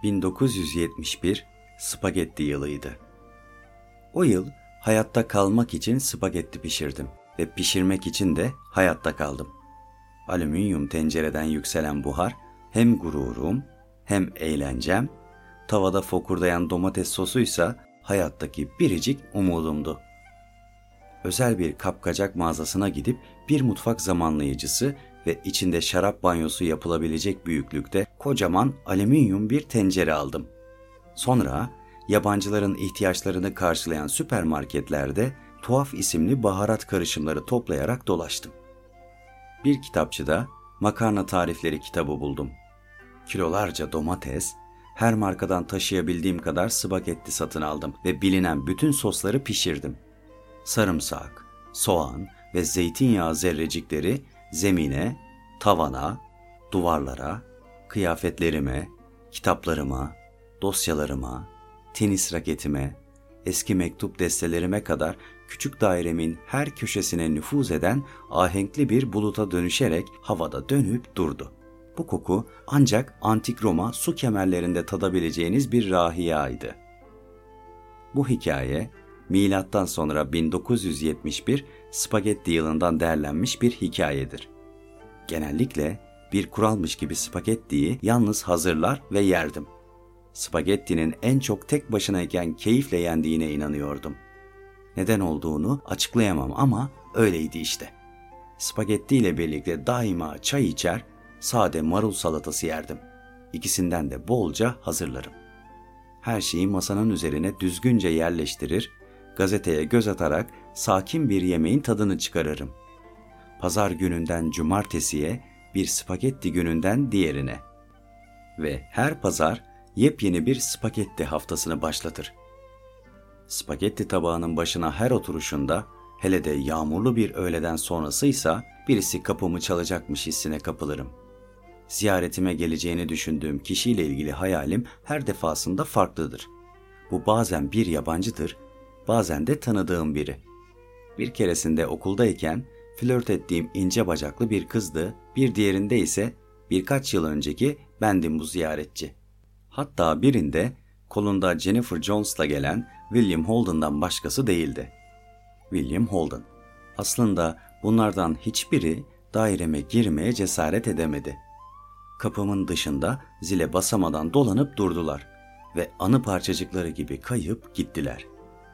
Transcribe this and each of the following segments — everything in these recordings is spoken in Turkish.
1971 spagetti yılıydı. O yıl hayatta kalmak için spagetti pişirdim ve pişirmek için de hayatta kaldım. Alüminyum tencereden yükselen buhar hem gururum hem eğlencem, tavada fokurdayan domates sosuysa hayattaki biricik umudumdu. Özel bir kapkacak mağazasına gidip bir mutfak zamanlayıcısı ve içinde şarap banyosu yapılabilecek büyüklükte kocaman alüminyum bir tencere aldım. Sonra yabancıların ihtiyaçlarını karşılayan süpermarketlerde tuhaf isimli baharat karışımları toplayarak dolaştım. Bir kitapçıda makarna tarifleri kitabı buldum. Kilolarca domates, her markadan taşıyabildiğim kadar spagetti satın aldım ve bilinen bütün sosları pişirdim. Sarımsak, soğan ve zeytinyağı zerrecikleri zemine, tavana, duvarlara, kıyafetlerime, kitaplarıma, dosyalarıma, tenis raketime, eski mektup destelerime kadar küçük dairemin her köşesine nüfuz eden ahenkli bir buluta dönüşerek havada dönüp durdu. Bu koku ancak antik Roma su kemerlerinde tadabileceğiniz bir rahiyaydı. Bu hikaye milattan sonra 1971 spagetti yılından derlenmiş bir hikayedir. Genellikle bir kuralmış gibi spagettiyi yalnız hazırlar ve yerdim. Spagettinin en çok tek başınayken keyifle yendiğine inanıyordum. Neden olduğunu açıklayamam ama öyleydi işte. Spagetti ile birlikte daima çay içer, sade marul salatası yerdim. İkisinden de bolca hazırlarım. Her şeyi masanın üzerine düzgünce yerleştirir, gazeteye göz atarak sakin bir yemeğin tadını çıkarırım. Pazar gününden cumartesiye, bir spagetti gününden diğerine. Ve her pazar yepyeni bir spagetti haftasını başlatır. Spagetti tabağının başına her oturuşunda, hele de yağmurlu bir öğleden sonrasıysa birisi kapımı çalacakmış hissine kapılırım. Ziyaretime geleceğini düşündüğüm kişiyle ilgili hayalim her defasında farklıdır. Bu bazen bir yabancıdır, bazen de tanıdığım biri. Bir keresinde okuldayken flört ettiğim ince bacaklı bir kızdı, bir diğerinde ise birkaç yıl önceki bendim bu ziyaretçi. Hatta birinde kolunda Jennifer Jones'la gelen William Holden'dan başkası değildi. William Holden. Aslında bunlardan hiçbiri daireme girmeye cesaret edemedi. Kapımın dışında zile basamadan dolanıp durdular ve anı parçacıkları gibi kayıp gittiler.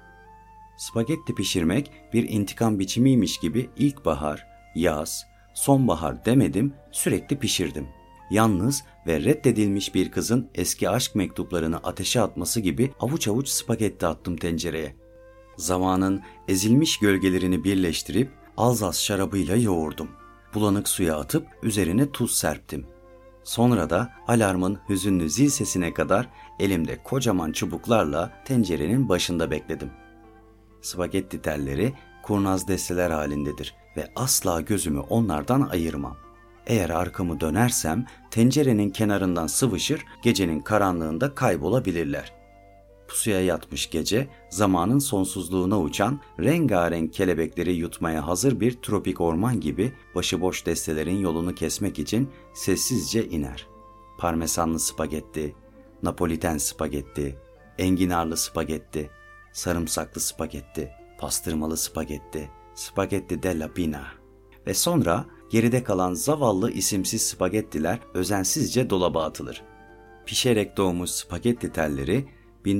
Spagetti pişirmek bir intikam biçimiymiş gibi ilkbahar, yaz, sonbahar demedim, sürekli pişirdim. Yalnız ve reddedilmiş bir kızın eski aşk mektuplarını ateşe atması gibi avuç avuç spagetti attım tencereye. Zamanın ezilmiş gölgelerini birleştirip Alzas şarabıyla yoğurdum. Bulanık suya atıp üzerine tuz serptim. Sonra da alarmın hüzünlü zil sesine kadar elimde kocaman çubuklarla tencerenin başında bekledim. Spagetti telleri kurnaz desteler halindedir ve asla gözümü onlardan ayırmam. Eğer arkamı dönersem tencerenin kenarından sıvışır, gecenin karanlığında kaybolabilirler. Pusuya yatmış gece, zamanın sonsuzluğuna uçan, rengarenk kelebekleri yutmaya hazır bir tropik orman gibi başıboş destelerin yolunu kesmek için sessizce iner. Parmesanlı spagetti, Napoliten spagetti, enginarlı spagetti, sarımsaklı spagetti, pastırmalı spagetti, spagetti della Pina ve sonra geride kalan zavallı isimsiz spagettiler özensizce dolaba atılır. Pişerek doğmuş spagetti telleri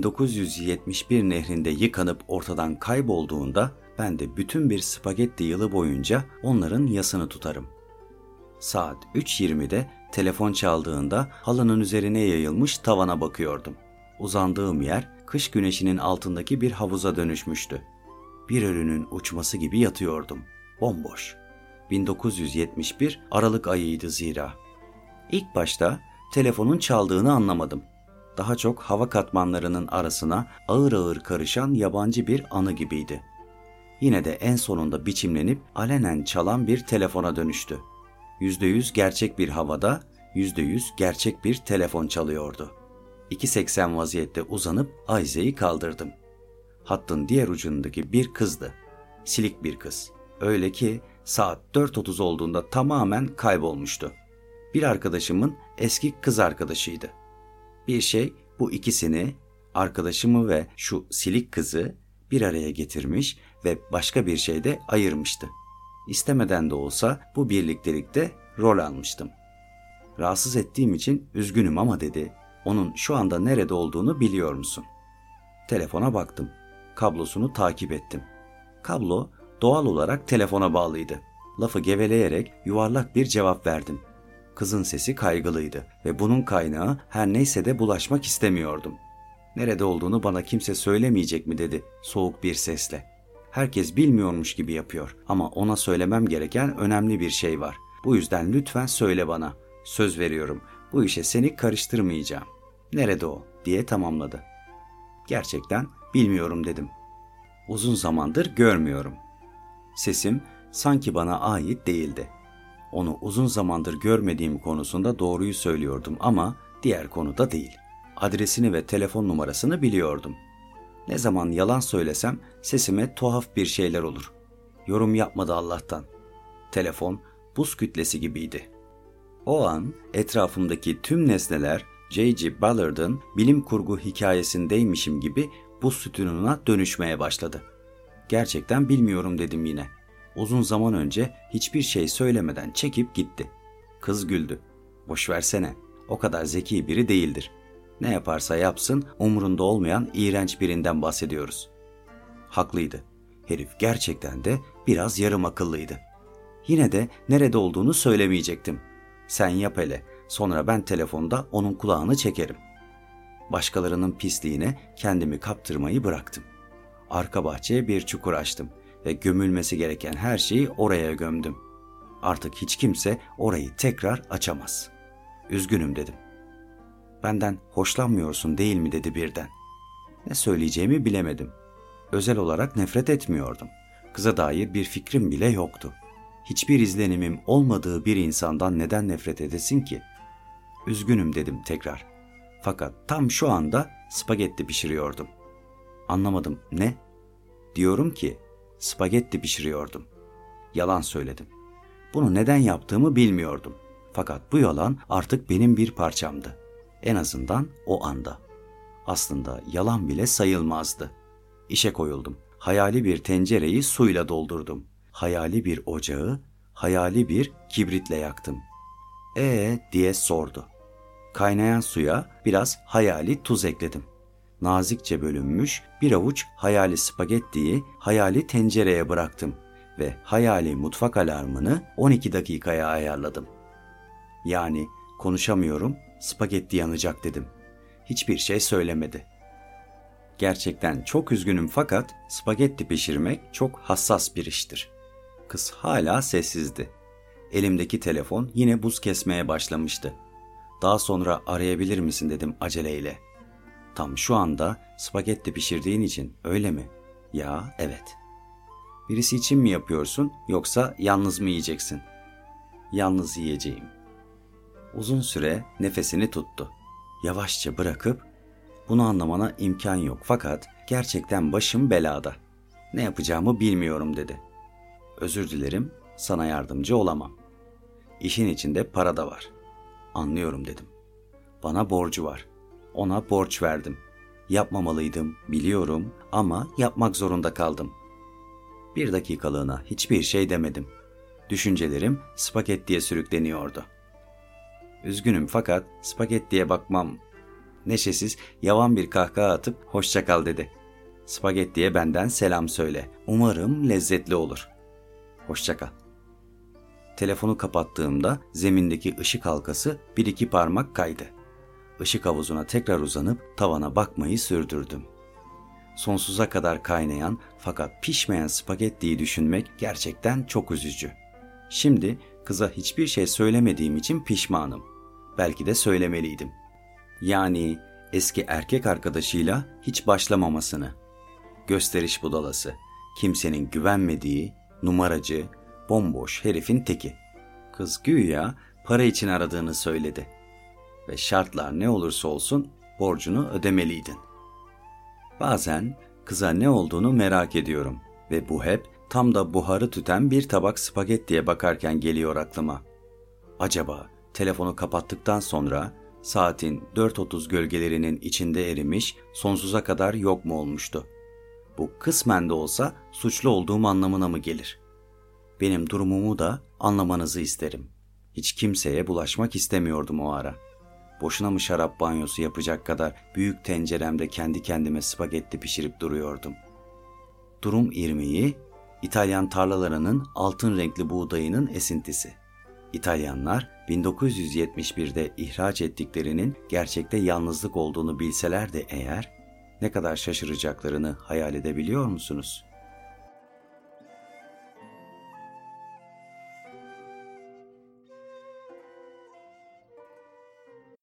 1971 nehrinde yıkanıp ortadan kaybolduğunda ben de bütün bir spagetti yılı boyunca onların yasını tutarım. Saat 3:20'de telefon çaldığında halının üzerine yayılmış tavana bakıyordum. Uzandığım yer kış güneşinin altındaki bir havuza dönüşmüştü. Bir ölünün uçması gibi yatıyordum. Bomboş. 1971 Aralık ayıydı zira. İlk başta telefonun çaldığını anlamadım. Daha çok hava katmanlarının arasına ağır ağır karışan yabancı bir anı gibiydi. Yine de en sonunda biçimlenip alenen çalan bir telefona dönüştü. %100 gerçek bir havada, %100 gerçek bir telefon çalıyordu. 2.80 vaziyette uzanıp ayizeyi kaldırdım. Hattın diğer ucundaki bir kızdı. Silik bir kız. Öyle ki saat 4:30 olduğunda tamamen kaybolmuştu. Bir arkadaşımın eski kız arkadaşıydı. Bir şey bu ikisini, arkadaşımı ve şu silik kızı bir araya getirmiş ve başka bir şeyde ayırmıştı. İstemeden de olsa bu birliktelikte rol almıştım. Rahatsız ettiğim için üzgünüm ama dedi, onun şu anda nerede olduğunu biliyor musun? Telefona baktım. Kablosunu takip ettim. Kablo doğal olarak telefona bağlıydı. Lafı geveleyerek yuvarlak bir cevap verdim. Kızın sesi kaygılıydı ve bunun kaynağı her neyse de bulaşmak istemiyordum. Nerede olduğunu bana kimse söylemeyecek mi dedi soğuk bir sesle. Herkes bilmiyormuş gibi yapıyor ama ona söylemem gereken önemli bir şey var. Bu yüzden lütfen söyle bana. Söz veriyorum, bu işe seni karıştırmayacağım. Nerede o diye tamamladı. Gerçekten bilmiyorum dedim. Uzun zamandır görmüyorum. Sesim sanki bana ait değildi. Onu uzun zamandır görmediğim konusunda doğruyu söylüyordum ama diğer konuda değil. Adresini ve telefon numarasını biliyordum. Ne zaman yalan söylesem sesime tuhaf bir şeyler olur. Yorum yapmadı Allah'tan. Telefon buz kütlesi gibiydi. O an etrafımdaki tüm nesneler J.G. Ballard'ın bilim kurgu hikayesindeymişim gibi buz sütununa dönüşmeye başladı. Gerçekten bilmiyorum dedim yine. Uzun zaman önce hiçbir şey söylemeden çekip gitti. Kız güldü. Boş versene. O kadar zeki biri değildir. Ne yaparsa yapsın umurunda olmayan iğrenç birinden bahsediyoruz. Haklıydı. Herif gerçekten de biraz yarım akıllıydı. Yine de nerede olduğunu söylemeyecektim. Sen yap hele. Sonra ben telefonda onun kulağını çekerim. Başkalarının pisliğine kendimi kaptırmayı bıraktım. Arka bahçeye bir çukur açtım ve gömülmesi gereken her şeyi oraya gömdüm. Artık hiç kimse orayı tekrar açamaz. Üzgünüm dedim. Benden hoşlanmıyorsun değil mi dedi birden. Ne söyleyeceğimi bilemedim. Özel olarak nefret etmiyordum. Kıza dair bir fikrim bile yoktu. Hiçbir izlenimim olmadığı bir insandan neden nefret edesin ki? Üzgünüm dedim tekrar. Fakat tam şu anda spagetti pişiriyordum. Anlamadım. Ne? Diyorum ki spagetti pişiriyordum. Yalan söyledim. Bunu neden yaptığımı bilmiyordum. Fakat bu yalan artık benim bir parçamdı. En azından o anda. Aslında yalan bile sayılmazdı. İşe koyuldum. Hayali bir tencereyi suyla doldurdum. Hayali bir ocağı, hayali bir kibritle yaktım. Diye sordu. Kaynayan suya biraz hayali tuz ekledim. Nazikçe bölünmüş bir avuç hayali spagettiyi hayali tencereye bıraktım ve hayali mutfak alarmını 12 dakikaya ayarladım. Yani konuşamıyorum, spagetti yanacak dedim. Hiçbir şey söylemedi. Gerçekten çok üzgünüm fakat spagetti pişirmek çok hassas bir iştir. Kız hala sessizdi. Elimdeki telefon yine buz kesmeye başlamıştı. Daha sonra arayabilir misin dedim aceleyle. Tam şu anda spagetti pişirdiğin için öyle mi? Ya evet. Birisi için mi yapıyorsun yoksa yalnız mı yiyeceksin? Yalnız yiyeceğim. Uzun süre nefesini tuttu. Yavaşça bırakıp bunu anlamana imkan yok fakat gerçekten başım belada. Ne yapacağımı bilmiyorum dedi. Özür dilerim, sana yardımcı olamam. İşin içinde para da var. Anlıyorum dedim. Bana borcu var. Ona borç verdim. Yapmamalıydım, biliyorum ama yapmak zorunda kaldım. Bir dakikalığına hiçbir şey demedim. Düşüncelerim spagettiye sürükleniyordu. Üzgünüm fakat spagettiye bakmam. Neşesiz, yavan bir kahkaha atıp hoşça kal dedi. Spagettiye benden selam söyle. Umarım lezzetli olur. Hoşça kal. Telefonu kapattığımda zemindeki ışık halkası bir iki parmak kaydı. Işık havuzuna tekrar uzanıp tavana bakmayı sürdürdüm. Sonsuza kadar kaynayan fakat pişmeyen spagettiyi düşünmek gerçekten çok üzücü. Şimdi kıza hiçbir şey söylemediğim için pişmanım. Belki de söylemeliydim. Yani eski erkek arkadaşıyla hiç başlamamasını. Gösteriş budalası, kimsenin güvenmediği, numaracı, bomboş herifin teki. Kız güya para için aradığını söyledi. Ve şartlar ne olursa olsun borcunu ödemeliydin. Bazen kıza ne olduğunu merak ediyorum ve bu hep tam da buharı tüten bir tabak spagettiye bakarken geliyor aklıma. Acaba telefonu kapattıktan sonra saatin 4:30 gölgelerinin içinde erimiş, sonsuza kadar yok mu olmuştu? Bu kısmen de olsa suçlu olduğum anlamına mı gelir? Benim durumumu da anlamanızı isterim. Hiç kimseye bulaşmak istemiyordum o ara. Boşuna mı şarap banyosu yapacak kadar büyük tenceremde kendi kendime spagetti pişirip duruyordum. Durum irmiği, İtalyan tarlalarının altın renkli buğdayının esintisi. İtalyanlar 1971'de ihraç ettiklerinin gerçekte yalnızlık olduğunu bilseler de eğer, ne kadar şaşıracaklarını hayal edebiliyor musunuz?